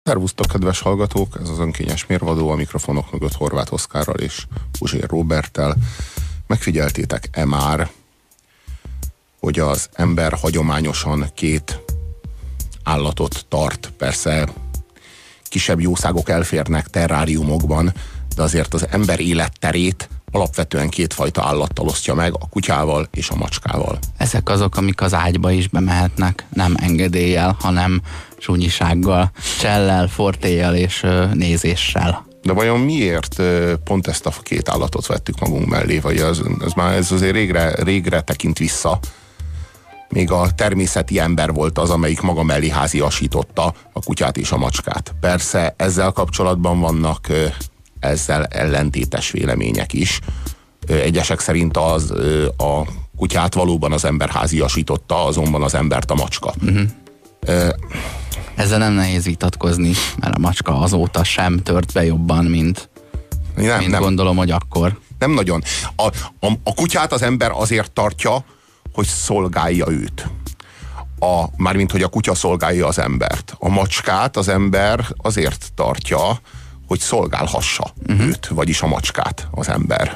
Szervusztok, kedves hallgatók! Ez az Önkényes Mérvadó, a mikrofonok mögött Horváth Oszkárral és Puzsér Róberttel. Megfigyeltétek-e már, hogy az ember hagyományosan két állatot tart? Persze kisebb jószágok elférnek terráriumokban, de azért az ember életterét alapvetően kétfajta állattal osztja meg, a kutyával és a macskával. Ezek azok, amik az ágyba is bemehetnek, nem engedéllyel, hanem súnyisággal, csellel, fortéjjel és nézéssel. De vajon miért pont ezt a két állatot vettük magunk mellé? Vagy ez azért régre tekint vissza. Még a természeti ember volt az, amelyik maga mellé háziasította a kutyát és a macskát. Persze ezzel kapcsolatban vannak ezzel ellentétes vélemények is. Egyesek szerint a kutyát valóban az ember háziasította, azonban az embert a macska. Ezzel nem nehéz vitatkozni, mert a macska azóta sem tört be jobban, mint gondolom, hogy akkor. Nem nagyon. A kutyát az ember azért tartja, hogy szolgálja őt. Mármint, hogy a kutya szolgálja az embert. A macskát az ember azért tartja, hogy szolgálhassa őt, vagyis a macskát az ember.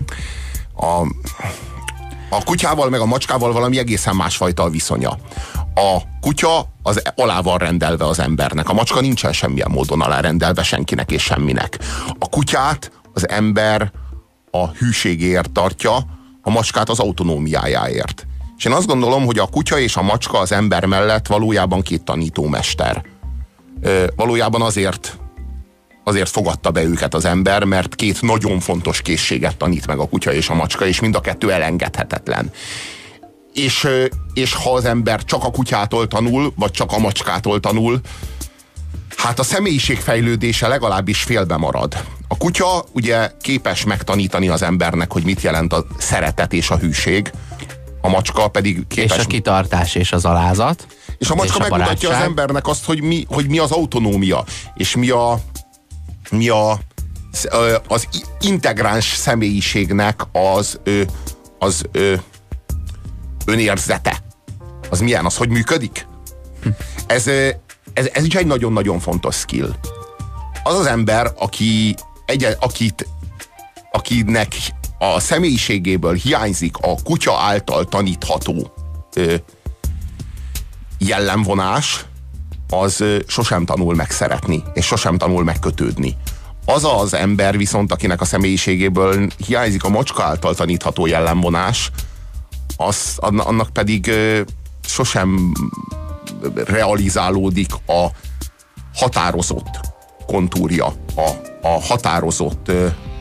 A kutyával meg a macskával valami egészen másfajta a viszonya. A kutya az alá van rendelve az embernek. A macska nincsen semmilyen módon alárendelve senkinek és semminek. A kutyát az ember a hűségéért tartja, a macskát az autonómiájáért. És én azt gondolom, hogy a kutya és a macska az ember mellett valójában két tanítómester. Valójában azért fogadta be őket az ember, mert két nagyon fontos készséget tanít meg a kutya és a macska, és mind a kettő elengedhetetlen. És ha az ember csak a kutyától tanul, vagy csak a macskától tanul, hát a személyiségfejlődése legalábbis félbe marad. A kutya ugye képes megtanítani az embernek, hogy mit jelent a szeretet és a hűség, a macska pedig képes... És a kitartás és az alázat. És a macska megmutatja az embernek azt, hogy mi az autonómia, és mi az integráns személyiségnek az önérzete. Az milyen? Az hogy működik? Ez is egy nagyon-nagyon fontos skill. Az az ember, akinek a személyiségéből hiányzik a kutya által tanítható jellemvonás, az sosem tanul meg szeretni, és sosem tanul meg kötődni. Az az ember viszont, akinek a személyiségéből hiányzik a macska által tanítható jellemvonás, annak pedig sosem realizálódik a határozott kontúrja, a határozott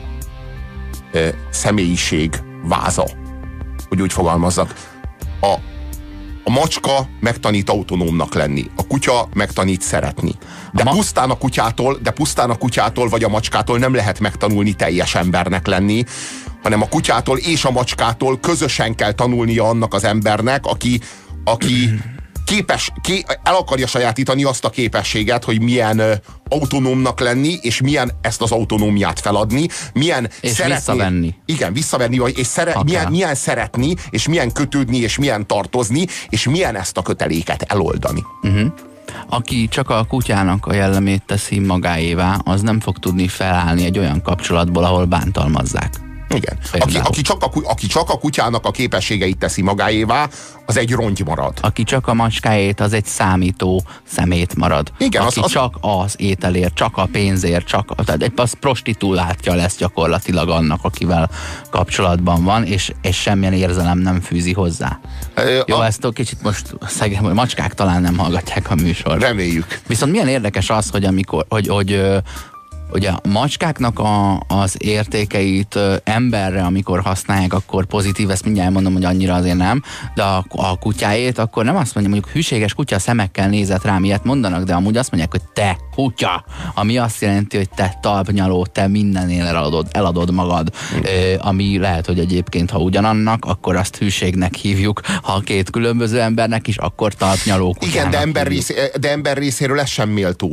személyiség váza, hogy úgy fogalmazzak. A macska megtanít autonómnak lenni, a kutya megtanít szeretni. De pusztán a kutyától vagy a macskától nem lehet megtanulni teljes embernek lenni, hanem a kutyától és a macskától közösen kell tanulnia annak az embernek, aki el akarja sajátítani azt a képességet, hogy milyen autonómnak lenni, és milyen ezt az autonómiát feladni, milyen és szeretni. Visszavenni. Igen, visszavenni, és milyen szeretni, és milyen kötődni, és milyen tartozni, és milyen ezt a köteléket eloldani. Aki csak a kutyának a jellemét teszi magáévá, az nem fog tudni felállni egy olyan kapcsolatból, ahol bántalmazzák. Igen. Aki csak a kutyának a képességeit teszi magáévá, az egy rongy marad. Aki csak a macskáét, az egy számító szemét marad. Igen, aki csak az ételért, csak a pénzért, tehát az prostitulátja lesz gyakorlatilag annak, akivel kapcsolatban van, és semmilyen érzelem nem fűzi hozzá. Jó, ezt a kicsit most macskák talán nem hallgatják a műsort. Reméljük. Viszont milyen érdekes az, hogy ugye a macskáknak az értékeit emberre, amikor használják, akkor pozitív, ezt mindjárt mondom, hogy annyira azért nem, de a kutyáét akkor nem azt mondja, mondjuk hűséges kutya szemekkel nézett rám, ilyet mondanak, de amúgy azt mondják, hogy te kutya, ami azt jelenti, hogy te talpnyaló, te mindennél eladod magad, ami lehet, hogy egyébként, ha ugyanannak, akkor azt hűségnek hívjuk, ha két különböző embernek is, akkor talpnyaló kutyának. Igen, de ember részéről ez sem méltó.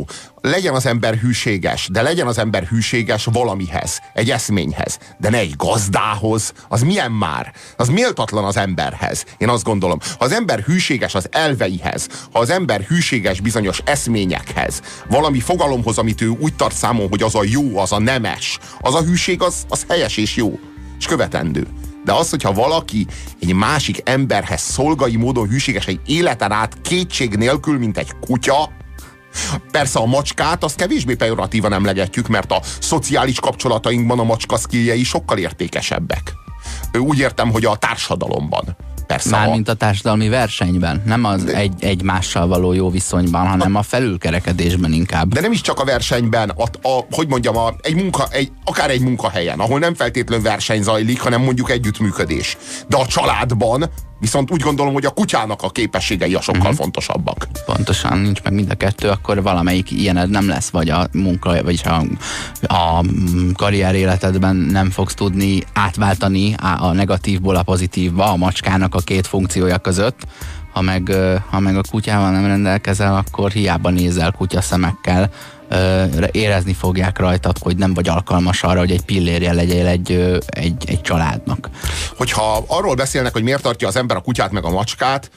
legyen az ember hűséges, de legyen az ember hűséges valamihez, egy eszményhez, de ne egy gazdához. Az milyen már? Az méltatlan az emberhez. Én azt gondolom, ha az ember hűséges az elveihez, ha az ember hűséges bizonyos eszményekhez, valami fogalomhoz, amit ő úgy tart számon, hogy az a jó, az a nemes, az a hűség, az helyes és jó, és követendő. De az, hogyha valaki egy másik emberhez szolgai módon hűséges egy életen át kétség nélkül, mint egy kutya, persze a macskát azt kevésbé pejoratívan emlegetjük, mert a szociális kapcsolatainkban a macska szkíljei sokkal értékesebbek. Úgy értem, hogy a társadalomban. Persze mármint a társadalmi versenyben, nem az egymással való jó viszonyban, hanem a felülkerekedésben inkább. De nem is csak a versenyben, hogy mondjam, akár egy munkahelyen, ahol nem feltétlenül verseny zajlik, hanem mondjuk együttműködés. De a családban viszont úgy gondolom, hogy a kutyának a képességei a sokkal fontosabbak. Pontosan, nincs meg mind a kettő, akkor valamelyik ilyened nem lesz, vagy a munka, vagyis a karrier életedben nem fogsz tudni átváltani a negatívból a pozitívba, a macskának a két funkciója között. Ha meg a kutyával nem rendelkezel, akkor hiába nézel kutyaszemekkel, érezni fogják rajtad, hogy nem vagy alkalmas arra, hogy egy pillérje legyél egy családnak. Hogyha arról beszélnek, hogy miért tartja az ember a kutyát meg a macskát,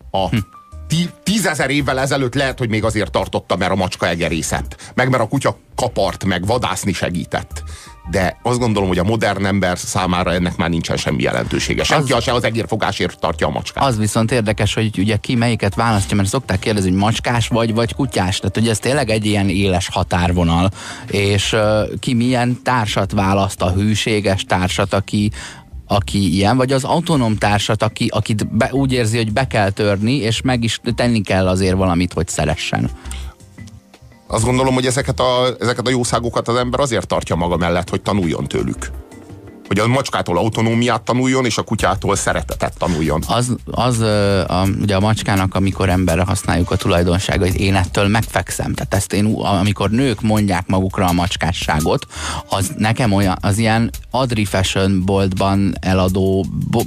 10 000 évvel ezelőtt lehet, hogy még azért tartotta, mert a macska egerészett, meg mert a kutya kapart, meg vadászni segített. De azt gondolom, hogy a modern ember számára ennek már nincsen semmi jelentősége. Senki se az egérfogásért tartja a macskát. Az viszont érdekes, hogy ugye ki melyiket választja, mert szokták kérdezni, hogy macskás vagy kutyás. Tehát ugye ez tényleg egy ilyen éles határvonal. És ki milyen társat választ, a hűséges társat, aki ilyen, vagy az autonóm társat, akit úgy érzi, hogy be kell törni, és meg is tenni kell azért valamit, hogy szeressen. Azt gondolom, hogy ezeket a jószágokat az ember azért tartja maga mellett, hogy tanuljon tőlük. Hogy a macskától autonómiát tanuljon, és a kutyától szeretetet tanuljon. Ugye a macskának, amikor emberre használjuk a tulajdonságait, én ettől megfekszem. Tehát ezt amikor nők mondják magukra a macskásságot, az nekem olyan, az ilyen Adri Fashion boltban eladó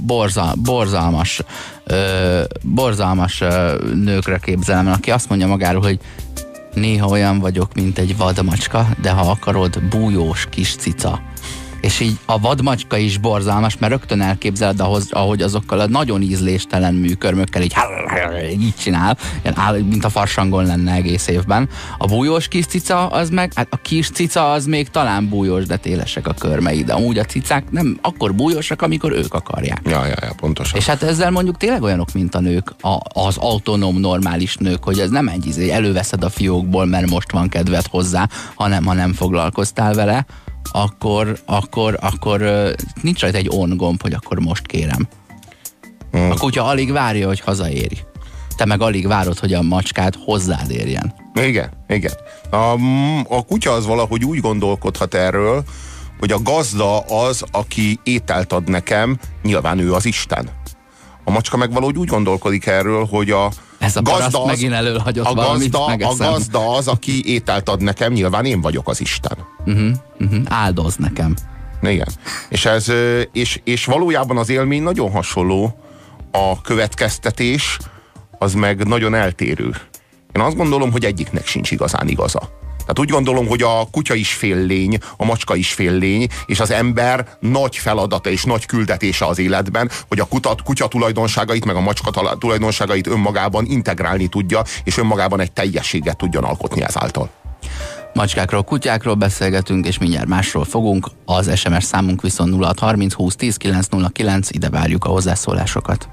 borzalmas nőkre képzelem, aki azt mondja magáról, hogy néha olyan vagyok, mint egy vadmacska, de ha akarod, bújós kis cica. És így a vadmacska is borzalmas, mert rögtön elképzeled, ahogy azokkal a nagyon ízléstelen műkörmökkel így csinál, mint a farsangon lenne egész évben. A bújós kis cica, az meg, hát a kis cica az még talán bújós, de télesek a körmei, de amúgy a cicák nem akkor bújósak, amikor ők akarják. Ja, pontosan. És hát ezzel mondjuk tényleg olyanok, mint a nők, az autonóm normális nők, hogy ez nem egy előveszed a fiókból, mert most van kedved hozzá, hanem ha nem foglalkoztál vele, akkor nincs rajta egy on gomb, hogy akkor most kérem. A kutya alig várja, hogy hazaéri. Te meg alig várod, hogy a macskád hozzád érjen. Igen. A kutya az valahogy úgy gondolkodhat erről, hogy a gazda az, aki ételt ad nekem, nyilván ő az Isten. A macska meg valahogy úgy gondolkodik erről, hogy ez a gazda megint elölhagyott valamit, megeszem. A gazda az, aki ételt ad nekem, nyilván én vagyok az Isten. Áldoz nekem. Igen. És valójában az élmény nagyon hasonló, a következtetés az meg nagyon eltérő. Én azt gondolom, hogy egyiknek sincs igazán igaza. Tehát úgy gondolom, hogy a kutya is féllény, a macska is féllény, és az ember nagy feladata és nagy küldetése az életben, hogy a kutya tulajdonságait, meg a macska tulajdonságait önmagában integrálni tudja, és önmagában egy teljességet tudjon alkotni ezáltal. Macskákról, kutyákról beszélgetünk, és mindjárt másról fogunk. Az SMS számunk viszont 0630 20 10 909, ide várjuk a hozzászólásokat.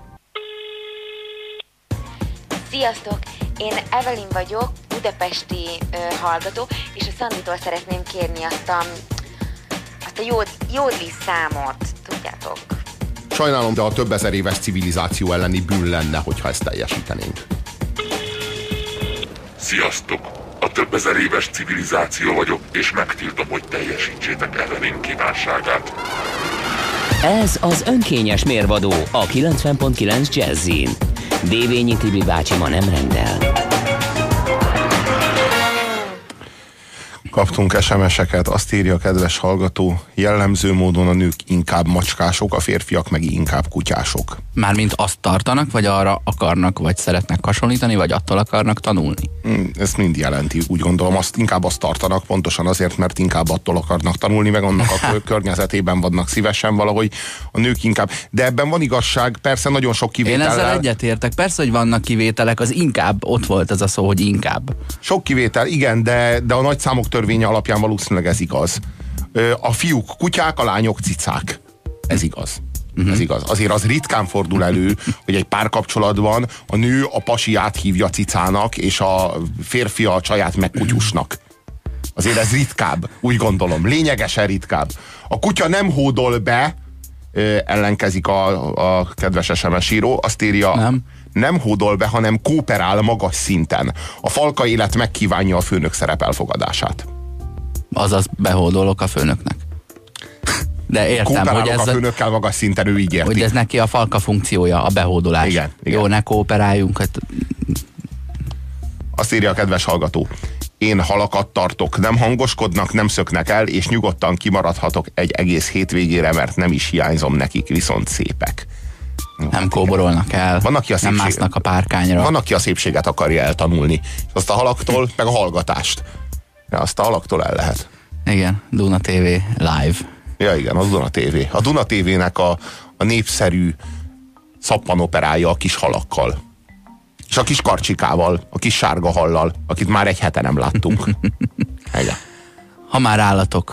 Sziasztok! Én Evelyn vagyok, budapesti hallgató, és a Szanditól szeretném kérni azt a jódli számot, tudjátok? Sajnálom, de a több ezer éves civilizáció elleni bűn lenne, hogyha ezt teljesítenénk. Sziasztok! A több ezer éves civilizáció vagyok, és megtiltom, hogy teljesítsétek Evelyn kívánságát. Ez az önkényes mérvadó a 90.9 Jazzin. Dévényi Tibi bácsi ma nem rendel. Kaptunk SMS-eket, azt írja a kedves hallgató, jellemző módon a nők inkább macskások, a férfiak meg inkább kutyások. Mármint azt tartanak, vagy arra akarnak, vagy szeretnek hasonlítani, vagy attól akarnak tanulni? Ez mind jelenti, úgy gondolom, inkább azt tartanak, pontosan azért, mert inkább attól akarnak tanulni, meg annak a környezetében vannak szívesen valahogy a nők inkább. De ebben van igazság, persze nagyon sok kivétellel. Én ezzel egyetértek, persze, hogy vannak kivételek, az inkább, ott volt ez a szó, hogy inkább. Sok kivétel, igen, de a nagy számok törvénye alapján valószínűleg ez igaz. A fiúk kutyák, a lányok cicák. Ez igaz. Ez igaz. Azért az ritkán fordul elő, hogy egy párkapcsolatban a nő a pasiát hívja cicának, és a férfi a csaját meg kutyusnak. Azért ez ritkább, úgy gondolom. Lényegesen ritkább. A kutya nem hódol be, ellenkezik a kedves SMS író, azt írja, nem hódol be, hanem kooperál magas szinten. A falka élet megkívánja a főnök szerep elfogadását. Azaz behódolok a főnöknek. De értem, hogy ez... a főnökkel magas szinten, ő így érti. Hogy ez neki a falka funkciója, a behódolás. Igen. Jó, ne kooperáljunk. Hát... Azt írja a kedves hallgató. Én halakat tartok, nem hangoskodnak, nem szöknek el, és nyugodtan kimaradhatok egy egész hétvégére, mert nem is hiányzom nekik, viszont szépek. Nem kóborolnak el, nem másznak a párkányra. Van, aki a szépséget akarja eltanulni. És azt a halaktól, meg a hallgatást. Ja, azt a halaktól el lehet. Igen, Duna TV live. Ja, igen, az Duna TV. A Duna TV-nek a népszerű szappanoperája a kis halakkal. És a kis karcsikával, a kis sárga hallal, akit már egy hete nem láttunk. Igen. Ha már állatok,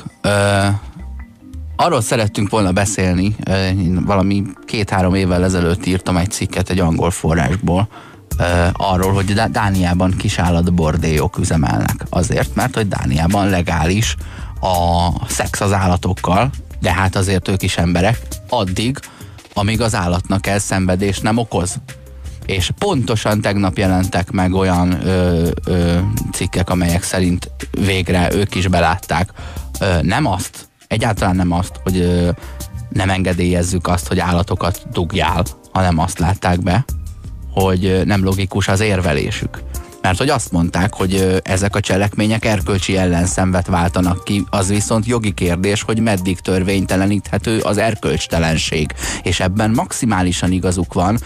arról szerettünk volna beszélni, valami 2-3 évvel ezelőtt írtam egy cikket egy angol forrásból, arról, hogy Dániában kisállatbordélyok üzemelnek. Azért, mert hogy Dániában legális a szex az állatokkal, de hát azért ők is emberek, addig, amíg az állatnak ez szenvedést nem okoz. És pontosan tegnap jelentek meg olyan cikkek, amelyek szerint végre ők is belátták. Nem azt, egyáltalán nem azt, hogy nem engedélyezzük azt, hogy állatokat dugjál, hanem azt látták be, hogy nem logikus az érvelésük. Mert hogy azt mondták, hogy ezek a cselekmények erkölcsi ellenszenvet váltanak ki, az viszont jogi kérdés, hogy meddig törvényteleníthető az erkölcstelenség. És ebben maximálisan igazuk van,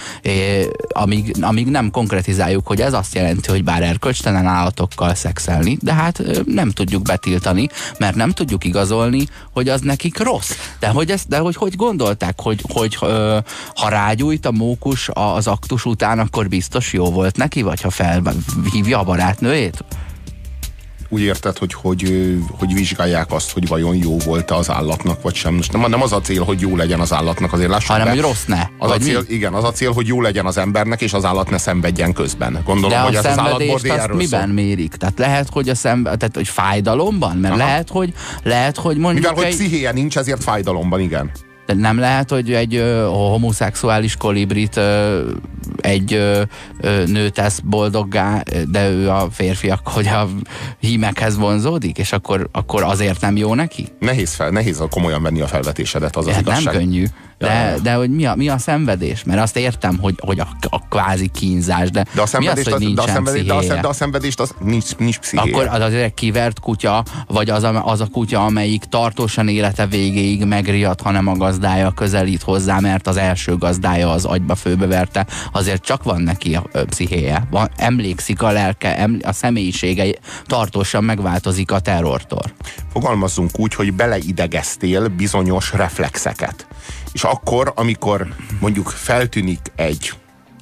amíg nem konkretizáljuk, hogy ez azt jelenti, hogy bár erkölcstelen állatokkal szexelni, de hát nem tudjuk betiltani, mert nem tudjuk igazolni, hogy az nekik rossz. De hogy gondolták, hogy ha rágyújt a mókus az aktus után, akkor biztos jó volt neki, vagy ha hívja a barátnőjét? Úgy érted, hogy vizsgálják azt, hogy vajon jó volt-e az állatnak, vagy sem. Most nem az a cél, hogy jó legyen az állatnak, azért lássuk hanem, be. hogy rossz ne. Az a cél, igen, az a cél, hogy jó legyen az embernek, és az állat ne szenvedjen közben. Gondolom, de hogy ez az állatbordély erről miben szól. mérik? Tehát lehet, hogy tehát, hogy fájdalomban? Mert lehet, hogy mondjuk mivel, hogy pszichéje nincs, ezért fájdalomban, igen. De nem lehet, hogy egy homoszexuális kolibrit egy nő tesz boldoggá, de ő a férfiak, hogy a hímekhez vonzódik, és akkor azért nem jó neki? Nehéz komolyan venni a felvetésedet, az igazság. Nem könnyű. De hogy mi a szenvedés? Mert azt értem, hogy a kvázi kínzás, de a szenvedést, mi az, hogy nincsen pszichéje? De a szenvedést az nincs pszichéje. Akkor az egy kivert kutya, vagy az a kutya, amelyik tartósan élete végéig megriadt, hanem a gazdája közelít hozzá, mert az első gazdája az agyba főbeverte, azért csak van neki a pszichéje. Emlékszik a lelke, a személyisége tartósan megváltozik a terrortól. Fogalmazzunk úgy, hogy beleidegeztél bizonyos reflexeket. És akkor, amikor mondjuk feltűnik egy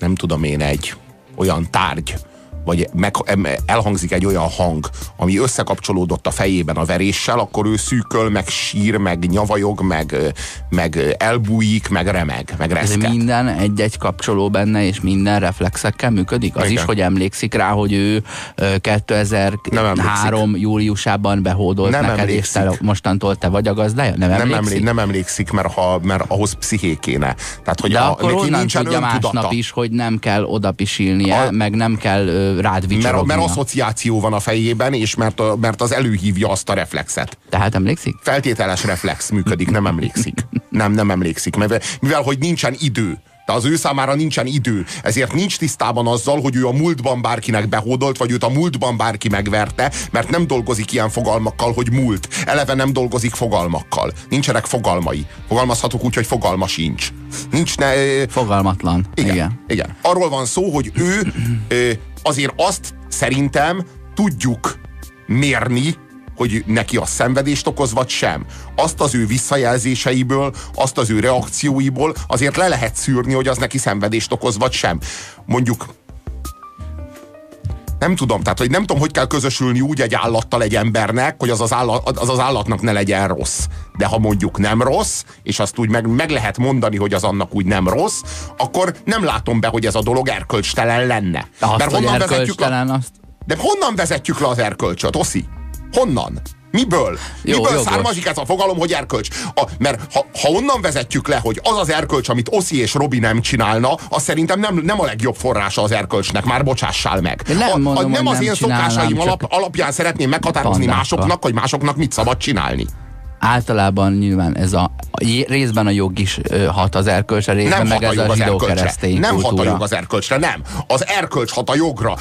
olyan tárgy, vagy elhangzik egy olyan hang, ami összekapcsolódott a fejében a veréssel, akkor ő szűköl, meg sír, meg nyavajog, meg elbújik, meg remeg, meg reszket. Ez minden egy-egy kapcsoló benne, és minden reflexekkel működik? Az is, hogy emlékszik rá, hogy ő 2003 júliusában behódolt nem neked, emlékszik. És mostantól te vagy a gazdája? Nem emlékszik, mert ahhoz psziché kéne. Tehát, hogy de akkor neki onnan nincsen tudja öntudata. másnap is, hogy nem kell odapisilnie, meg nem kell rád vicsorognia. Mert asszociáció van a fejében, és mert az előhívja azt a reflexet. Tehát emlékszik? Feltételes reflex működik, nem emlékszik. Nem emlékszik, mivel hogy nincsen idő. Tehát az ő számára nincsen idő. Ezért nincs tisztában azzal, hogy ő a múltban bárkinek behódolt, vagy őt a múltban bárki megverte, mert nem dolgozik ilyen fogalmakkal, hogy múlt. Eleve nem dolgozik fogalmakkal. Nincsenek fogalmai. Fogalmazhatok úgy, hogy fogalma sincs. Fogalmatlan. Igen. Arról van szó, hogy ő azért azt szerintem tudjuk mérni, hogy neki a szenvedést okoz, vagy sem. Azt az ő visszajelzéseiből, azt az ő reakcióiból azért le lehet szűrni, hogy az neki szenvedést okoz, vagy sem. Mondjuk nem tudom, tehát hogy nem tudom, hogy kell közösülni úgy egy állattal egy embernek, hogy az állatnak ne legyen rossz. De ha mondjuk nem rossz, és azt úgy meg lehet mondani, hogy az annak úgy nem rossz, akkor nem látom be, hogy ez a dolog erkölcstelen lenne. Mert De honnan vezetjük le az erkölcsöt, Oszi? Honnan? Miből? Miből származik ez a fogalom, hogy erkölcs? Mert ha onnan vezetjük le, hogy az az erkölcs, amit Oszi és Robi nem csinálna, az szerintem nem a legjobb forrása az erkölcsnek, már bocsássál meg. Nem az én szokásaim alapján szeretném meghatározni másoknak, hogy másoknak mit szabad csinálni. Általában nyilván ez részben a jog is hat az erkölcsre, részben meg ez a zsidó-keresztény kultúra. Nem hat a jog az erkölcsre, nem. Az erkölcs hat a jogra,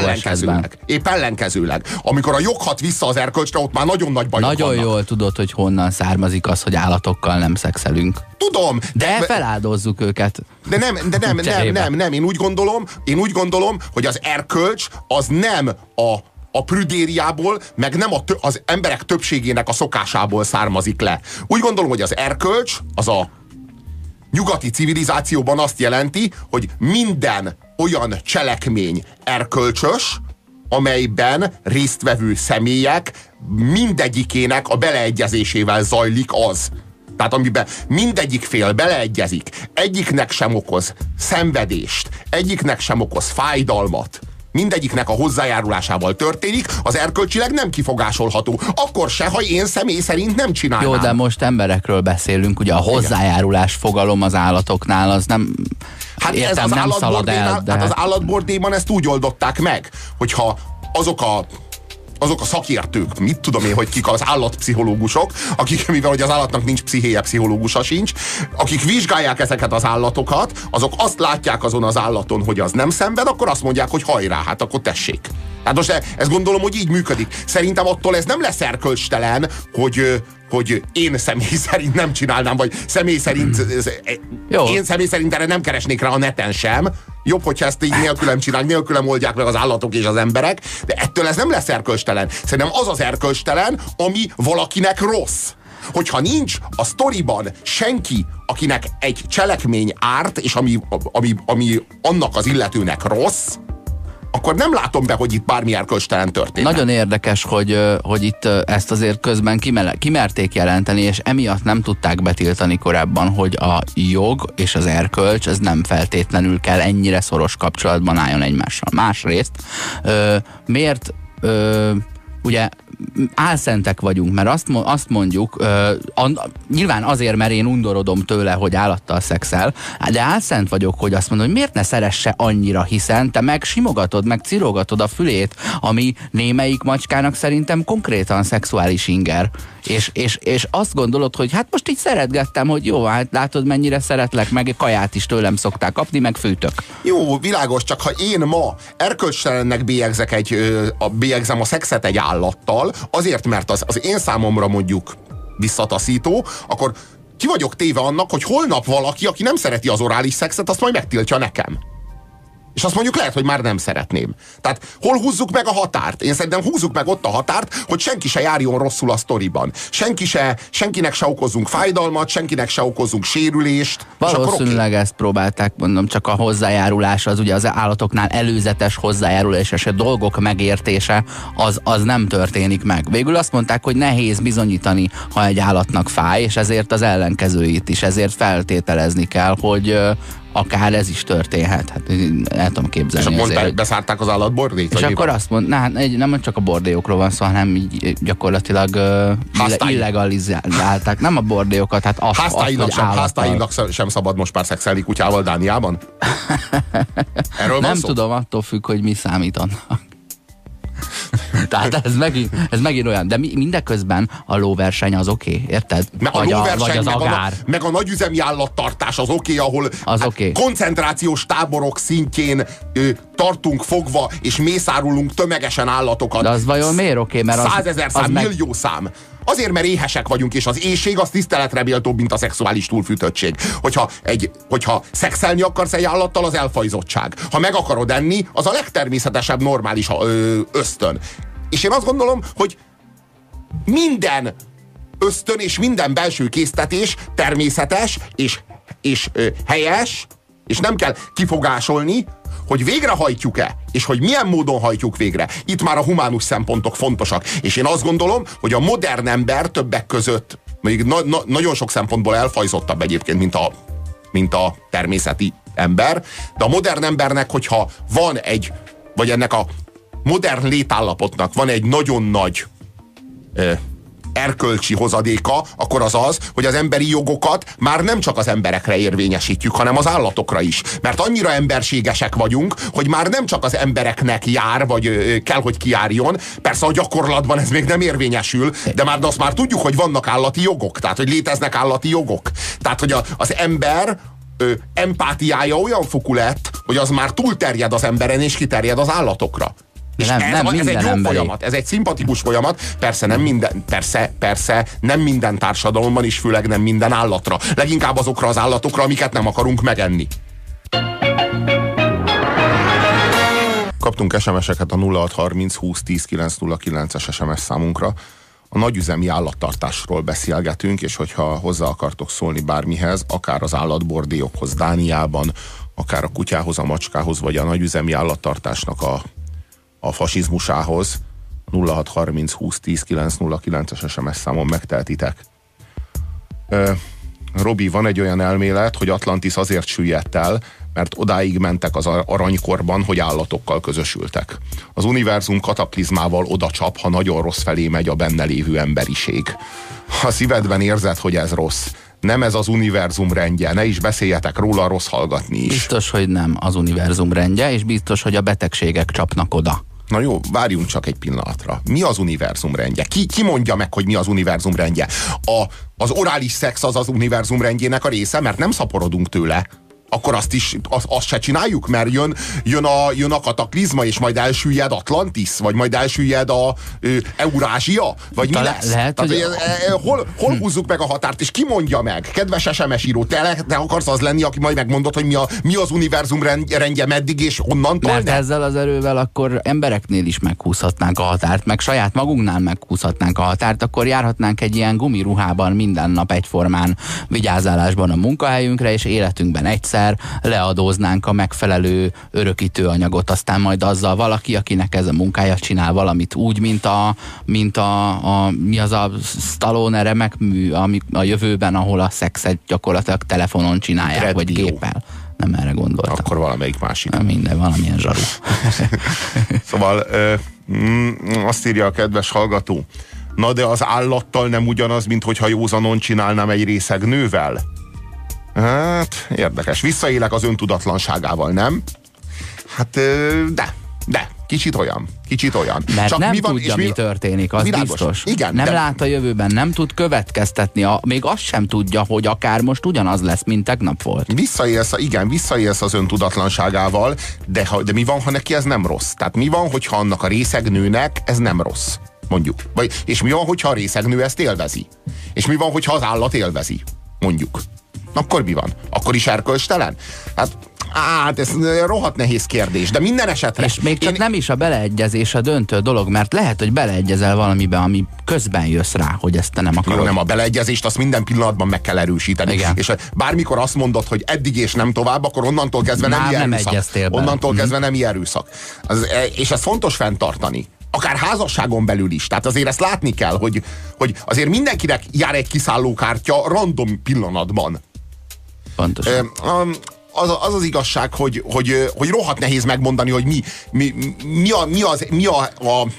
épp ellenkezőleg. Amikor a jog hat vissza az erkölcsre, ott már nagyon nagy bajok Nagyon vannak. jól tudod, hogy honnan származik az, hogy állatokkal nem szexelünk. Tudom. De feláldozzuk őket. De nem. Én úgy gondolom, hogy az erkölcs az nem a prüdériából, meg nem az emberek többségének a szokásából származik le. Úgy gondolom, hogy az erkölcs, az a nyugati civilizációban azt jelenti, hogy minden olyan cselekmény erkölcsös, amelyben résztvevő személyek mindegyikének a beleegyezésével zajlik az. Tehát amiben mindegyik fél beleegyezik, egyiknek sem okoz szenvedést, egyiknek sem okoz fájdalmat, mindegyiknek a hozzájárulásával történik, az erkölcsileg nem kifogásolható. Akkor se, ha én személy szerint nem csinálnám. Jó, de most emberekről beszélünk, ugye a hozzájárulás fogalom az állatoknál, az nem... Hát értem, nem szalad el, de... Hát az állatbordéban ezt úgy oldották meg, hogyha azok a szakértők, mit tudom én, hogy kik az állatpszichológusok, akik, mivel hogy az állatnak nincs pszichéje, pszichológusa sincs, akik vizsgálják ezeket az állatokat, azok azt látják azon az állaton, hogy az nem szenved, akkor azt mondják, hogy hajrá, hát akkor tessék. Hát most ezt gondolom, hogy így működik. Szerintem attól ez nem lesz erkölcstelen, hogy én személy szerint nem csinálnám, vagy személy szerint én személy szerint erre nem keresnék rá a neten sem. Jobb, hogyha ezt így nélkülem oldják meg az állatok és az emberek, de ettől ez nem lesz erkölcstelen. Szerintem az az erkölcstelen, ami valakinek rossz. Hogyha nincs a sztoriban senki, akinek egy cselekmény árt, és ami annak az illetőnek rossz, akkor nem látom be, hogy itt bármi erkölcstelen történik. Nagyon érdekes, hogy itt ezt azért közben kimerték jelenteni, és emiatt nem tudták betiltani korábban, hogy a jog és az erkölcs, ez nem feltétlenül kell ennyire szoros kapcsolatban álljon egymással. Másrészt, miért ugye álszentek vagyunk, mert azt mondjuk, nyilván azért, mert én undorodom tőle, hogy állattal szexel, de álszent vagyok, hogy azt mondom, hogy miért ne szeresse annyira, hiszen te meg simogatod, meg cirogatod a fülét, ami némelyik macskának szerintem konkrétan szexuális inger. És azt gondolod, hogy hát most így szeretgettem, hogy jó, hát látod, mennyire szeretlek, meg kaját is tőlem szokták kapni, meg fűtök. Jó, világos, csak ha én ma erkölcstelennek bélyegzem a szexet egy állattal, azért, mert az én számomra mondjuk visszataszító, akkor ki vagyok téve annak, hogy holnap valaki, aki nem szereti az orális szexet, azt majd megtiltja nekem. És azt mondjuk lehet, hogy már nem szeretném. Tehát hol húzzuk meg a határt? Én szerintem húzzuk meg ott a határt, hogy senki se járjon rosszul a sztoriban. Senkinek se okozzunk fájdalmat, senkinek se okozzunk sérülést. Valószínűleg ezt próbálták, mondom, csak a hozzájárulás, az ugye az állatoknál előzetes hozzájárulás és a dolgok megértése, az nem történik meg. Végül azt mondták, hogy nehéz bizonyítani, ha egy állatnak fáj, és ezért az ellenkezőit is, ezért feltételezni kell, hogy akár ez is történhet. Hát el tudom képzelni. És akkor beszárták az állatbordét? És akkor azt mond, nem csak a bordélyokról van szó, hanem így gyakorlatilag illegalizálták. Nem a bordélyokat, hát háztáinak sem szabad most már szexelni kutyával Dániában? Erről van nem szó? tudom, attól függ, hogy mi számít annak. Tehát ez megint olyan. De mindeközben a lóverseny az oké, érted? Vagy az agár. Meg a nagyüzemi állattartás az oké, ahol az koncentrációs táborok szintjén tartunk fogva, és mészárulunk tömegesen állatokat. De az vajon miért oké? Mert 100 000 szám, millió szám. Azért, mert éhesek vagyunk, és az éhség az tiszteletre méltóbb, mint a szexuális túlfűtöttség. Hogyha szexelni akarsz egy állattal, az elfajzottság. Ha meg akarod enni, az a legtermészetesebb, normális ösztön. És én azt gondolom, hogy minden ösztön és minden belső késztetés természetes és helyes, és nem kell kifogásolni, hogy végrehajtjuk-e, és hogy milyen módon hajtjuk végre. Itt már a humánus szempontok fontosak. És én azt gondolom, hogy a modern ember többek között, még nagyon sok szempontból elfajzottabb egyébként, mint a természeti ember, de a modern embernek, hogyha van vagy ennek a modern létállapotnak van egy nagyon nagy erkölcsi hozadéka, akkor az, hogy az emberi jogokat már nem csak az emberekre érvényesítjük, hanem az állatokra is. Mert annyira emberségesek vagyunk, hogy már nem csak az embereknek jár, vagy kell, hogy kijárjon. Persze a gyakorlatban ez még nem érvényesül, de azt már tudjuk, hogy vannak állati jogok. Tehát, hogy léteznek állati jogok. Tehát, hogy az ember empátiája olyan fokú lett, hogy az már túlterjed az emberen, és kiterjed az állatokra. És ez egy jó folyamat, ez egy szimpatikus folyamat, persze nem minden társadalomban, és főleg nem minden állatra. Leginkább azokra az állatokra, amiket nem akarunk megenni. Kaptunk SMS-eket a 0630 20 10 909-es SMS számunkra. A nagyüzemi állattartásról beszélgetünk, és hogyha hozzá akartok szólni bármihez, akár az állatbordélyokhoz Dániában, akár a kutyához, a macskához, vagy a nagyüzemi állattartásnak a fasizmusához, 0630 20 10 909-es SMS számon megteltitek. Robi, van egy olyan elmélet, hogy Atlantis azért süllyedt el, mert odáig mentek az aranykorban, hogy állatokkal közösültek. Az univerzum kataklizmával odacsap, ha nagyon rossz felé megy a benne lévő emberiség. Ha szívedben érzed, hogy ez rossz, nem ez az univerzum rendje, ne is beszéljetek róla, rossz hallgatni is. Biztos, hogy nem az univerzum rendje, és biztos, hogy a betegségek csapnak oda. Na jó, várjunk csak egy pillanatra. Mi az univerzum rendje? Ki mondja meg, hogy mi az univerzum rendje? Az orális szex az univerzum rendjének a része, mert nem szaporodunk tőle. Akkor azt se csináljuk, mert jön a kataklizma, és majd elsüllyed Atlantis, vagy majd elsüllyed a Eurázsia, vagy mi lesz? Lehet, hol húzzuk meg a határt, és ki mondja meg? Kedves SMS író, te akarsz az lenni, aki majd megmondod, hogy mi az univerzum rendje, meddig és onnantól? Mert ezzel az erővel akkor embereknél is meghúzhatnánk a határt, meg saját magunknál meghúzhatnánk a határt, akkor járhatnánk egy ilyen gumiruhában minden nap egyformán vigyázálásban a munkahelyünkre, és életünkben egyszer leadóznánk a megfelelő örökítő anyagot, aztán majd azzal valaki, akinek ez a munkája, csinál valamit úgy, mint mi az a Stallone remek mű a jövőben, ahol a szexet gyakorlatilag telefonon csinálják, Red vagy Bio. géppel. Nem erre gondoltam. Akkor valamelyik másik. Nem minden, valamilyen zsaru. Szóval azt írja a kedves hallgató, na de az állattal nem ugyanaz, mint hogyha józanon csinálnám egy részeg nővel? Hát, érdekes. Visszaélek az öntudatlanságával, nem? Hát, de. Kicsit olyan. Mert csak nem tudja, mi történik, az világos. biztos. Igen, nem lát a jövőben, nem tud következtetni, még azt sem tudja, hogy akár most ugyanaz lesz, mint tegnap volt. Visszaélsz az öntudatlanságával, de mi van, ha neki ez nem rossz? Tehát mi van, hogyha annak a részegnőnek ez nem rossz? Mondjuk. És mi van, hogyha a részegnő ezt élvezi? És mi van, hogyha az állat élvezi? Mondjuk. Akkor mi van? Akkor is erkölcstelen? Hát ez rohadt nehéz kérdés, de minden esetre... És még csak nem is a beleegyezés a döntő dolog, mert lehet, hogy beleegyezel valamibe, ami közben jössz rá, hogy ezt te nem akarod. Jó, nem, a beleegyezést azt minden pillanatban meg kell erősíteni. Igen. És bármikor azt mondod, hogy eddig és nem tovább, akkor onnantól kezdve nem erőszak. Onnantól kezdve nem erőszak. És ez fontos fenntartani. Akár házasságon belül is. Tehát azért ezt látni kell, hogy azért mindenkinek jár egy kiszállókártya random pillanatban. Pontosan. Az igazság, hogy rohadt nehéz megmondani, hogy mi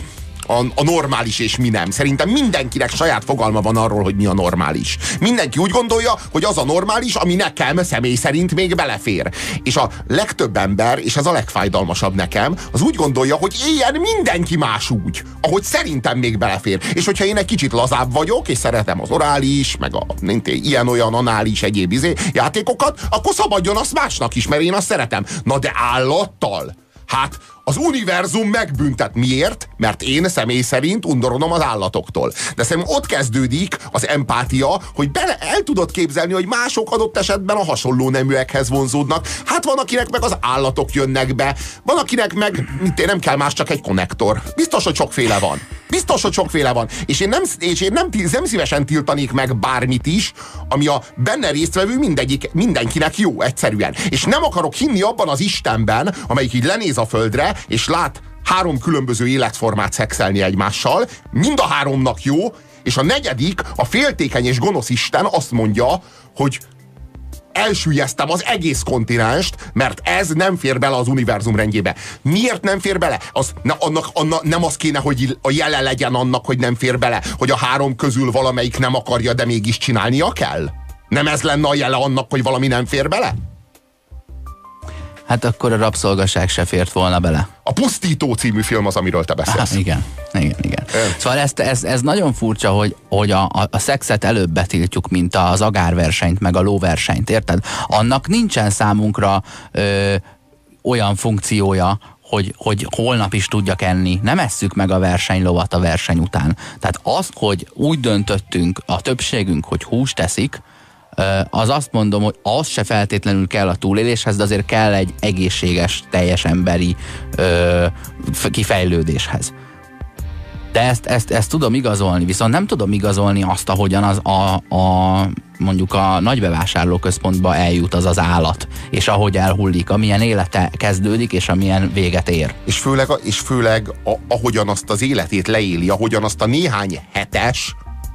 a normális és mi nem. Szerintem mindenkinek saját fogalma van arról, hogy mi a normális. Mindenki úgy gondolja, hogy az a normális, ami nekem személy szerint még belefér. És a legtöbb ember, és ez a legfájdalmasabb nekem, az úgy gondolja, hogy éljen mindenki más úgy, ahogy szerintem még belefér. És hogyha én egy kicsit lazább vagyok, és szeretem az orális, meg a ilyen-olyan anális egyéb játékokat, akkor szabadjon azt másnak is, mert én azt szeretem. Na de állattal? Hát az univerzum megbüntet. Miért? Mert én személy szerint undorodom az állatoktól. De szerintem ott kezdődik az empátia, hogy el tudod képzelni, hogy mások adott esetben a hasonló neműekhez vonzódnak. Hát van, akinek meg az állatok jönnek be, van, akinek meg nem kell más, csak egy konnektor. Biztos, hogy sokféle van. Biztos, hogy sokféle van. És én nem szívesen tiltanék meg bármit is, ami a benne résztvevő mindenkinek jó, egyszerűen. És nem akarok hinni abban az Istenben, amelyik így lenéz a földre, és lát 3 különböző életformát szexelni egymással, mind a 3-nak jó, és a 4., a féltékeny és gonosz Isten azt mondja, hogy elsüllyesztem az egész kontinenst, mert ez nem fér bele az univerzum rendjébe. Miért nem fér bele? Nem az kéne, hogy a jele legyen annak, hogy nem fér bele, hogy a 3 közül valamelyik nem akarja, de mégis csinálnia kell? Nem ez lenne a jele annak, hogy valami nem fér bele? Hát akkor a rabszolgaság se fért volna bele. A Pusztító című film az, amiről te beszélsz. Igen. Szóval ez nagyon furcsa, hogy a szexet előbb betiltjuk, mint az agárversenyt, meg a lóversenyt, érted? Annak nincsen számunkra olyan funkciója, hogy holnap is tudjak enni. Nem esszük meg a versenylovat a verseny után. Tehát az, hogy úgy döntöttünk, a többségünk, hogy húst eszik, az azt mondom, hogy az se feltétlenül kell a túléléshez, de azért kell egy egészséges, teljes emberi kifejlődéshez. De ezt tudom igazolni, viszont nem tudom igazolni azt, ahogyan mondjuk a nagybevásárlóközpontba eljut az állat, és ahogy elhullik, amilyen élete kezdődik, és amilyen véget ér. És főleg ahogyan azt az életét leéli, ahogyan azt a néhány hetes,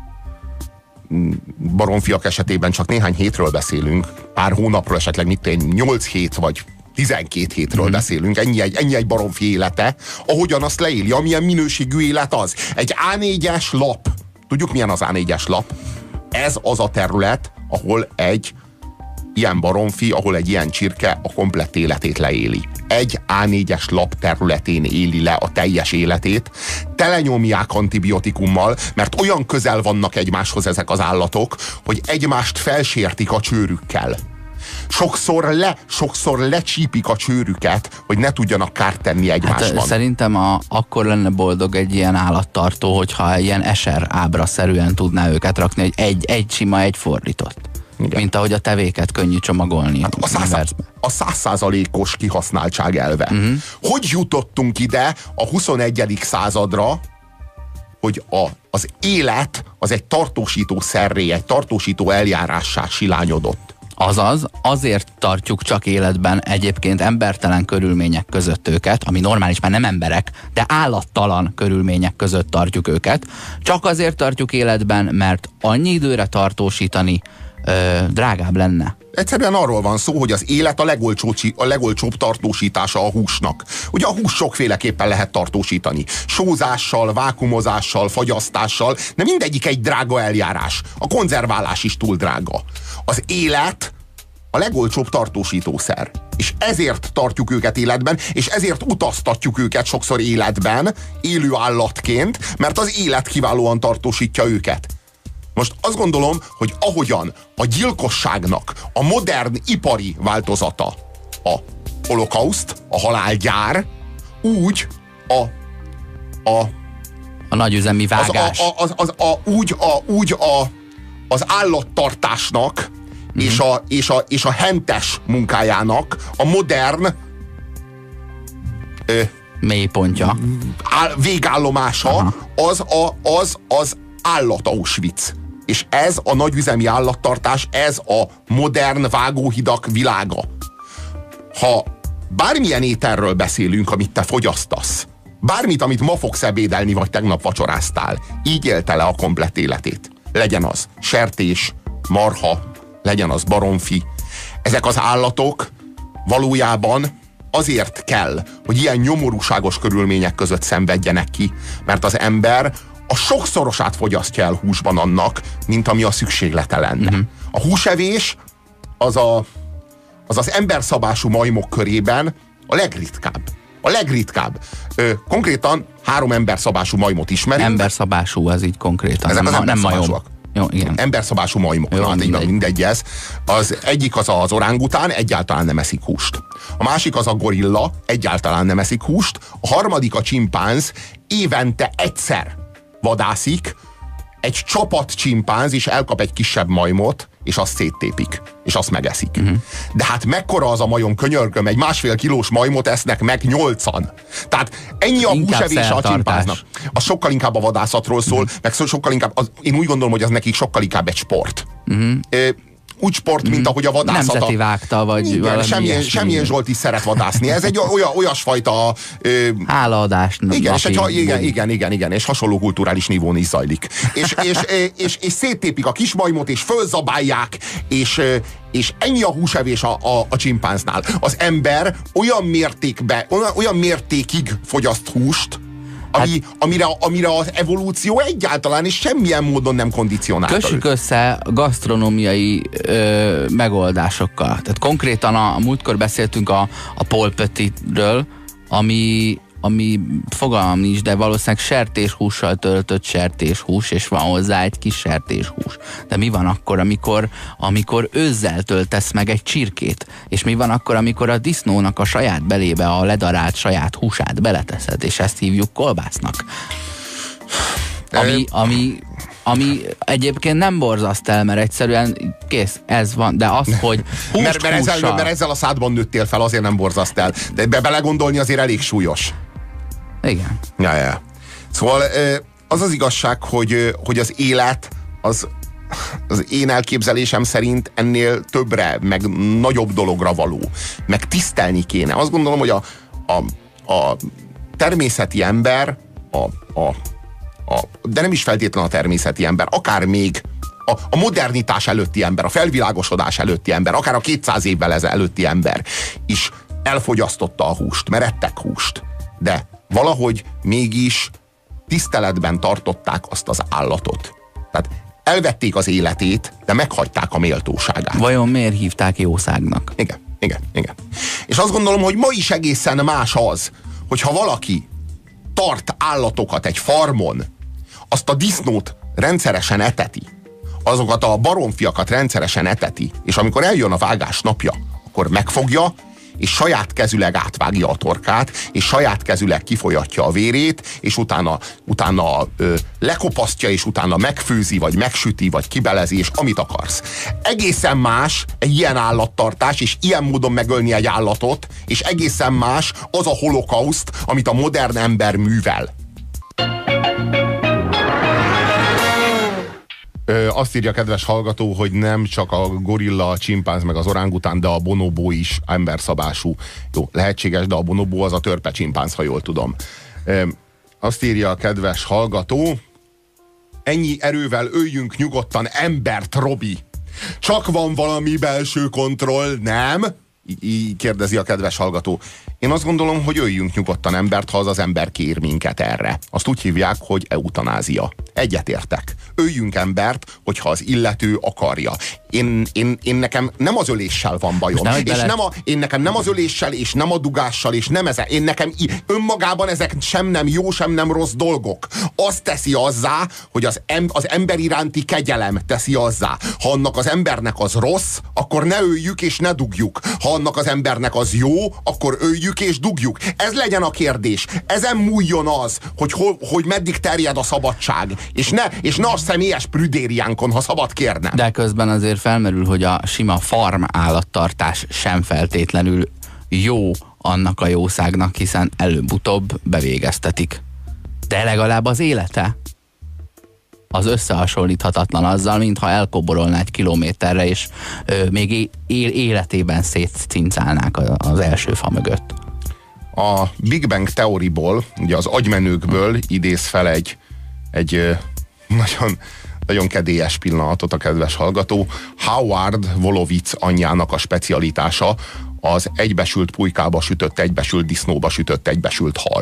baromfiak esetében csak néhány hétről beszélünk, pár hónapról, esetleg 8 hét vagy 12 hétről beszélünk, ennyi egy baromfi élete, ahogyan azt leéli, amilyen minőségű élet az. Egy A4-es lap, tudjuk milyen az A4-es lap? Ez az a terület, ahol egy ilyen baromfi, ahol egy ilyen csirke a komplett életét leéli. Egy A4-es lap területén éli le a teljes életét, telenyomják antibiotikummal, mert olyan közel vannak egymáshoz ezek az állatok, hogy egymást felsértik a csőrükkel. Sokszor lecsípik a csőrüket, hogy ne tudjanak kárt tenni egymásban. Hát, szerintem akkor lenne boldog egy ilyen állattartó, hogyha ilyen eser ábraszerűen tudná őket rakni, hogy egy sima, egy fordított. Igen. Mint ahogy a tevéket könnyű csomagolni. Hát a 100%-os kihasználtság elve. Hogy jutottunk ide a 21. századra, hogy az élet az egy tartósító szerré, egy tartósító eljárássá silányodott? Azaz, azért tartjuk csak életben egyébként embertelen körülmények között őket, ami normális, már nem emberek, de állattalan körülmények között tartjuk őket. Csak azért tartjuk életben, mert annyi időre tartósítani drágább lenne. Egyszerűen arról van szó, hogy az élet a legolcsóbb tartósítása a húsnak. Ugye a hús sokféleképpen lehet tartósítani. Sózással, vákumozással, fagyasztással, de mindegyik egy drága eljárás. A konzerválás is túl drága. Az élet a legolcsóbb tartósítószer. És ezért tartjuk őket életben, és ezért utaztatjuk őket sokszor életben, élő állatként, mert az élet kiválóan tartósítja őket. Most azt gondolom, hogy ahogyan a gyilkosságnak a modern ipari változata a holokauszt, a halálgyár, úgy a nagyüzemi vágás. Az állattartásnak és a hentes munkájának a modern mélypontja. Végállomása az állat Auschwitz. És ez a nagyüzemi állattartás, ez a modern vágóhidak világa. Ha bármilyen ételről beszélünk, amit te fogyasztasz, bármit, amit ma fogsz ebédelni, vagy tegnap vacsoráztál, így élte le a komplett életét. Legyen az sertés, marha, legyen az baromfi. Ezek az állatok valójában azért kell, hogy ilyen nyomorúságos körülmények között szenvedjenek ki, mert az ember a sokszorosát fogyasztja el húsban annak, mint ami a szükséglete lenne. A húsevés az emberszabású majmok körében a legritkább. A legritkább. Konkrétan 3 emberszabású majmot ismerünk. Emberszabású, az így konkrétan. Ezek az nem majom. Jó, igen. Emberszabású majmok. Jó, mindegy ez. Az egyik az orángután, egyáltalán nem eszik húst. A másik az a gorilla, egyáltalán nem eszik húst. A harmadik a csimpánz, évente egyszer vadászik, egy csapat csimpánz is elkap egy kisebb majmot, és azt széttépik, és azt megeszik. De hát mekkora az a majom, könyörgöm, egy 1,5 kilós majmot esznek meg 8-an. Tehát ennyi a húsevés a csimpánznak. Az sokkal inkább a vadászatról szól, meg sokkal inkább, én úgy gondolom, hogy az nekik sokkal inkább egy sport. Úgy sport, mint ahogy a vadászat. Nemzeti vágta, vagy igen, valami semmilyen Zsolt is szeret vadászni. Ez egy olyasfajta... hálaadás. Igen, és hasonló kulturális nívón is zajlik. És széttépik a kismajmot, és fölzabálják, és ennyi a húsevés a csimpánznál. Az ember olyan mértékig fogyaszt húst, amire az evolúció egyáltalán és semmilyen módon nem kondicionálta. Kössük össze gasztronómiai megoldásokkal. Tehát konkrétan a múltkor beszéltünk a polpetitről, ami fogalmam nincs, de valószínűleg sertéshússal töltött sertéshús, és van hozzá egy kis sertéshús. De mi van akkor, amikor őzzel töltesz meg egy csirkét? És mi van akkor, amikor a disznónak a saját belébe a ledarált saját húsát beleteszed, és ezt hívjuk kolbásznak? Ami egyébként nem borzaszt el, mert egyszerűen kész, ez van, de az, hogy mert ezzel a szádban nőttél fel, azért nem borzaszt el. De belegondolni azért elég súlyos. Igen. Ja. Szóval az az igazság, hogy az élet az én elképzelésem szerint ennél többre, meg nagyobb dologra való. Meg tisztelni kéne. Azt gondolom, hogy a természeti ember, de nem is feltétlenül a természeti ember, akár még a modernitás előtti ember, a felvilágosodás előtti ember, akár a 200 évvel előtti ember is elfogyasztotta a húst, mert ettek húst. De valahogy mégis tiszteletben tartották azt az állatot. Tehát elvették az életét, de meghagyták a méltóságát. Vajon miért hívták jószágnak? Igen. És azt gondolom, hogy ma is egészen más az, hogyha valaki tart állatokat egy farmon, azt a disznót rendszeresen eteti, azokat a baromfiakat rendszeresen eteti, és amikor eljön a vágás napja, akkor megfogja, és saját kezüleg átvágja a torkát, és saját kezüleg kifolyatja a vérét, és utána lekopasztja, és utána megfőzi, vagy megsüti, vagy kibelezi, és amit akarsz. Egészen más egy ilyen állattartás, és ilyen módon megölni egy állatot, és egészen más az a holokauszt, amit a modern ember művel. Azt írja a kedves hallgató, hogy nem csak a gorilla, a csimpánz meg az orángután, de a bonobó is emberszabású. Jó, lehetséges, de a bonobó az a törpe csimpánz, ha jól tudom. Azt írja a kedves hallgató, ennyi erővel öljünk nyugodtan embert, Robi. Csak van valami belső kontroll, nem? Így kérdezi a kedves hallgató. Én azt gondolom, hogy öljünk nyugodtan embert, ha az ember kér minket erre. Azt úgy hívják, hogy eutanázia. Egyetértek. Öljünk embert, hogyha az illető akarja. Én nekem nem az öléssel van bajom. Én nekem nem az öléssel, és nem a dugással, és nem ezen. Én nekem önmagában ezek sem nem jó, sem nem rossz dolgok. Azt teszi azzá, hogy az ember iránti kegyelem teszi azzá. Ha annak az embernek az rossz, akkor ne öljük és ne dugjuk. Ha annak az embernek az jó, akkor öljük és dugjuk. Ez legyen a kérdés. Ezen múljon az, hogy meddig terjed a szabadság. És ne a személyes prüdériánkon, ha szabad kérnem. De közben azért felmerül, hogy a sima farm állattartás sem feltétlenül jó annak a jószágnak, hiszen előbb-utóbb bevégeztetik. De legalább az élete az összehasonlíthatatlan azzal, mintha elkoborolná egy kilométerre, és még életében szétcincálnák az első fa mögött. A Big Bang teóriból, ugye az agymenőkből idéz fel egy nagyon, nagyon kedélyes pillanatot a kedves hallgató. Howard Wolowitz anyjának a specialitása az egybesült pulykába sütött, egybesült disznóba sütött, egybesült hal.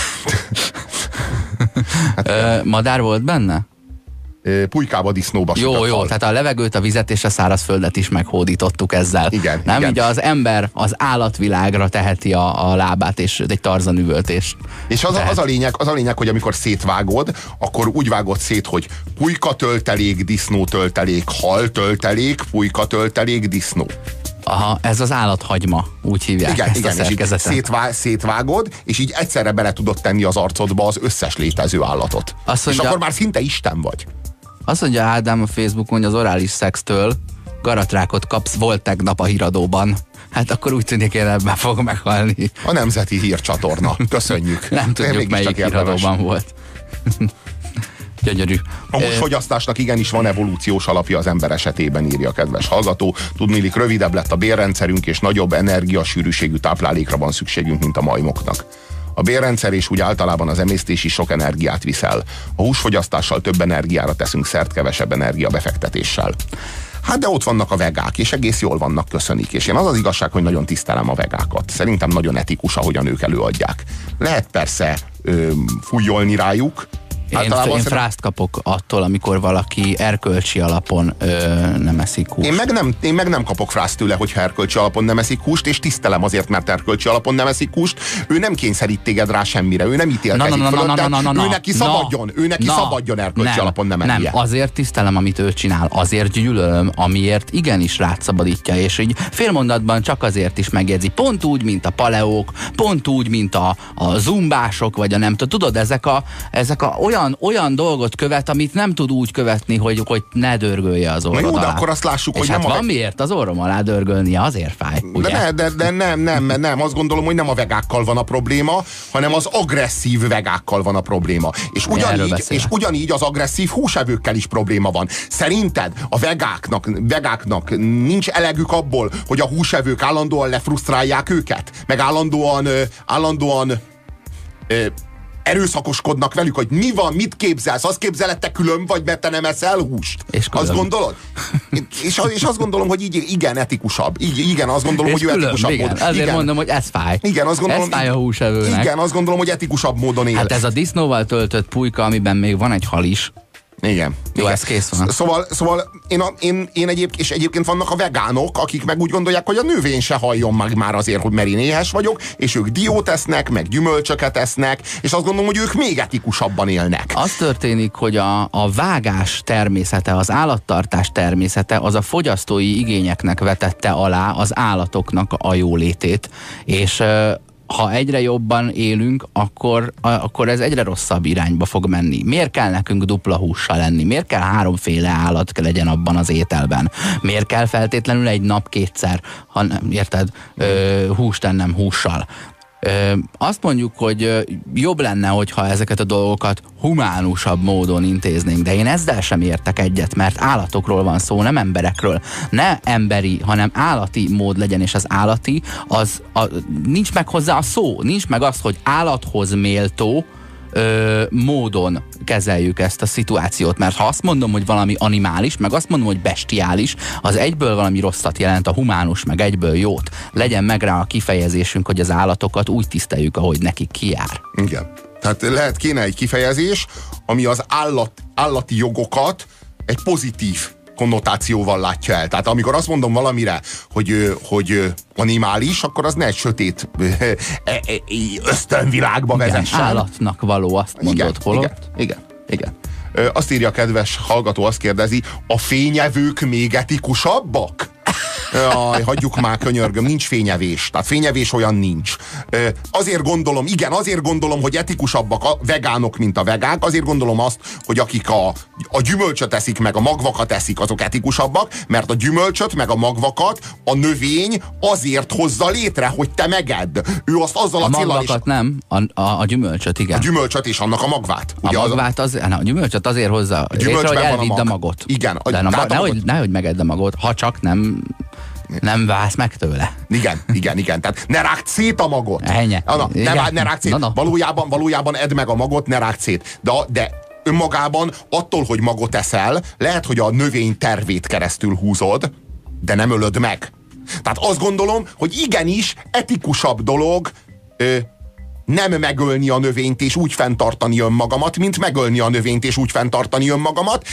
Madár volt benne? Pulykába, disznóba sütött hal. Jó, tehát a levegőt, a vizet és a szárazföldet is meghódítottuk ezzel. Igen, nem, igen. így az ember az állatvilágra teheti a lábát, és egy Tarzan üvöltést. És az a lényeg, hogy amikor szétvágod, akkor úgy vágod szét, hogy pulyka töltelék, disznó töltelék, hal töltelék, pulyka töltelék, disznó. Aha, ez az állathagyma, úgy hívják Igen, ezt igen, a szerkezetet. és így szétvágod, és így egyszerre bele tudod tenni az arcodba az összes létező állatot. Azt mondja, és akkor már szinte Isten vagy. Azt mondja Ádám a Facebookon, hogy az orális szextől garatrákot kapsz, volt tegnap a híradóban. Hát akkor úgy tűnik, én ebben fog meghalni. A Nemzeti Hírcsatorna. Köszönjük. Nem tudjuk, melyik híradóban volt. Gyönyörű. A húsfogyasztásnak igenis van evolúciós alapja az ember esetében, írja a kedves hallgató. Tudniillik, rövidebb lett a bélrendszerünk, és nagyobb energiasűrűségű táplálékra van szükségünk, mint a majmoknak. A bélrendszer és úgy általában az emésztés is sok energiát viszel. A húsfogyasztással több energiára teszünk szert, kevesebb energiabefektetéssel. Hát de ott vannak a vegák, és egész jól vannak, köszönik. És én az igazság, hogy nagyon tisztelem a vegákat. Szerintem nagyon etikus, ahogyan ők előadják. Lehet persze fújjolni rájuk. Én frászt kapok attól, amikor valaki erkölcsi alapon nem eszik húst. Én meg nem kapok frászt tőle, hogyha erkölcsi alapon nem eszik húst, és tisztelem azért, mert erkölcsi alapon nem eszik húst. Ő nem kényszerít téged rá semmire, ő nem ítélkezik fölötted, ő neki szabadjon erkölcsi alapon nem ennie. Nem, azért tisztelem, amit ő csinál, azért gyűlölöm, amiért igenis rátszabadítja, és így félmondatban csak azért is megjegyzi. Pont úgy, mint a paleók, pont úgy, mint a zumbások, vagy a nem tudod, ezek a olyan dolgot követ, amit nem tud úgy követni, hogy ne dörgölje az orrod alá. alá. De akkor azt lássuk, és hogy hát nem van miért az orrom alá dörgölnie, azért fáj, ugye? De nem, azt gondolom, hogy nem a vegákkal van a probléma, hanem az agresszív vegákkal van a probléma. És ugyanígy az agresszív húsevőkkel is probléma van. Szerinted a vegáknak nincs elegük abból, hogy a húsevők állandóan lefrusztrálják őket? Meg állandóan erőszakoskodnak velük, hogy mi van, mit képzelsz? Azt képzeled, te külön vagy, mert te nem eszel húst? Azt gondolod? és azt gondolom, hogy így igen, etikusabb. Igen, azt gondolom, hogy ő etikusabb módon. Azért mondom, hogy ez fáj. Igen, azt gondolom, ez fáj a húsevőnek. Igen, azt gondolom, hogy etikusabb módon él. Hát ez a disznóval töltött pulyka, amiben még van egy hal is. Igen. Jó, ez kész van. Szóval én egyébként vannak a vegánok, akik meg úgy gondolják, hogy a növény se halljon meg már azért, hogy mert én éhes vagyok, és ők diót esznek, meg gyümölcsöket esznek, és azt gondolom, hogy ők még etikusabban élnek. Az történik, hogy a vágás természete, az állattartás természete, az a fogyasztói igényeknek vetette alá az állatoknak a jólétét, és ha egyre jobban élünk, akkor ez egyre rosszabb irányba fog menni. Miért kell nekünk dupla hússal lenni? Miért kell 3 állat legyen abban az ételben? Miért kell feltétlenül egy nap kétszer, ha nem, érted, húst ennem hússal? Azt mondjuk, hogy jobb lenne, hogyha ezeket a dolgokat humánusabb módon intéznénk, de én ezzel sem értek egyet, mert állatokról van szó, nem emberekről. Ne emberi, hanem állati mód legyen, és az állati, nincs meg hozzá a szó, nincs meg az, hogy állathoz méltó módon kezeljük ezt a szituációt, mert ha azt mondom, hogy valami animális, meg azt mondom, hogy bestiális, az egyből valami rosszat jelent, a humánus meg egyből jót. Legyen meg rá a kifejezésünk, hogy az állatokat úgy tiszteljük, ahogy nekik kijár. Igen. Tehát kéne egy kifejezés, ami az állati jogokat egy pozitív konnotációval látja el. Tehát amikor azt mondom valamire, hogy animális, akkor az ne egy sötét ösztönvilágba vezessen. Állatnak való, azt mondod, holott. Igen. Azt írja a kedves hallgató, azt kérdezi, a fényevők még etikusabbak? Jaj, hagyjuk már, könyörgöm, nincs fényevés. Tehát fényevés olyan nincs. Azért gondolom, hogy etikusabbak a vegánok, mint a vegák. Azért gondolom azt, hogy akik a gyümölcsöt eszik, meg a magvakat eszik, azok etikusabbak, mert a gyümölcsöt, meg a magvakat a növény azért hozza létre, hogy te megedd. Ő azt azzal a céllal is... magvakat nem, a gyümölcsöt, igen. A gyümölcsöt és annak a magvát. Ugye a gyümölcsöt azért hozza létre, hogy elvidd a magot. Igen. De nehogy megedd a magot, ha csak nem válsz meg tőle. Igen. Tehát ne rágd szét a magot. Ne rágd szét. Valójában edd meg a magot, ne rágd szét. De önmagában attól, hogy magot eszel, lehet, hogy a növény tervét keresztül húzod, de nem ölöd meg. Tehát azt gondolom, hogy igenis etikusabb dolog nem megölni a növényt és úgy fenntartani önmagamat, mint megölni a növényt és úgy fenntartani önmagamat,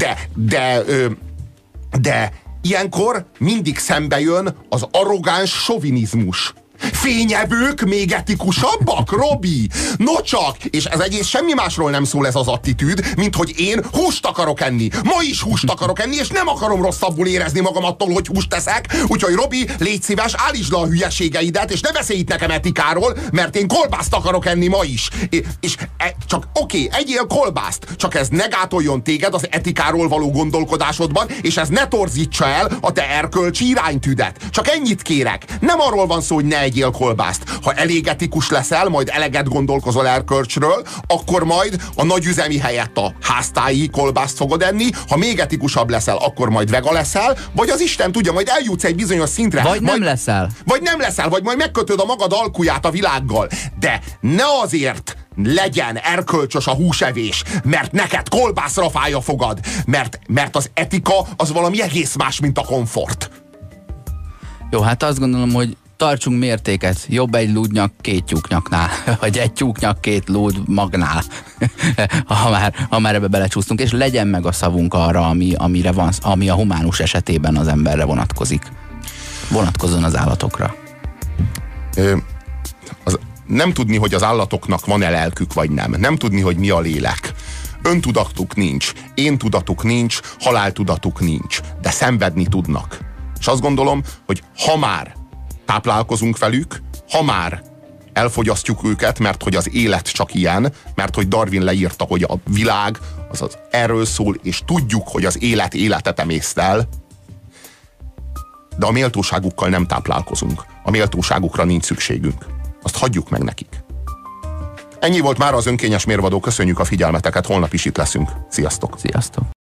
de ilyenkor mindig szembe jön az arrogáns sovinizmus. Fényevők még etikusabbak, Robi? No csak! És ez egész semmi másról nem szól ez az attitűd, mint hogy én húst akarok enni. Ma is húst akarok enni, és nem akarom rosszabbul érezni magam attól, hogy húst teszek. Úgyhogy Robi, légy szíves, állítsd le a hülyeségeidet, és ne beszélj itt nekem etikáról, mert én kolbászt akarok enni ma is. És csak oké, egyél kolbászt, csak ez ne gátoljon téged az etikáról való gondolkodásodban, és ez ne torzítsa el a te erkölcsi iránytűdet. Csak ennyit kérek. Nem arról van szó, hogy ne egyél kolbászt. Ha elég etikus leszel, majd eleget gondolkozol erkölcsről, akkor majd a nagyüzemi helyett a háztáji kolbászt fogod enni, ha még etikusabb leszel, akkor majd vega leszel, vagy az Isten tudja, majd eljutsz egy bizonyos szintre. Vagy nem leszel. Vagy nem leszel, vagy majd megkötöd a magad alkuját a világgal. De ne azért legyen erkölcsös a húsevés, mert neked kolbászra fáj a fogad, mert az etika az valami egész más, mint a komfort. Jó, hát azt gondolom, hogy tartsunk mértéket. Jobb egy lúdnyak két tyúknyaknál, vagy egy tyúknyak két lúd magnál, ha már ebbe belecsúsztunk, és legyen meg a szavunk arra, ami a humánus esetében az emberre vonatkozik. Vonatkozzon az állatokra. Nem tudni, hogy az állatoknak van-e lelkük, vagy nem. Nem tudni, hogy mi a lélek. Öntudatuk nincs, én tudatuk nincs, haláltudatuk nincs, de szenvedni tudnak. És azt gondolom, hogy ha már táplálkozunk velük, ha már elfogyasztjuk őket, mert hogy az élet csak ilyen, mert hogy Darwin leírta, hogy a világ az erről szól, és tudjuk, hogy az élet életet emésztel, de a méltóságukkal nem táplálkozunk. A méltóságukra nincs szükségünk. Azt hagyjuk meg nekik. Ennyi volt már az önkényes mérvadó. Köszönjük a figyelmeteket, holnap is itt leszünk. Sziasztok! Sziasztok!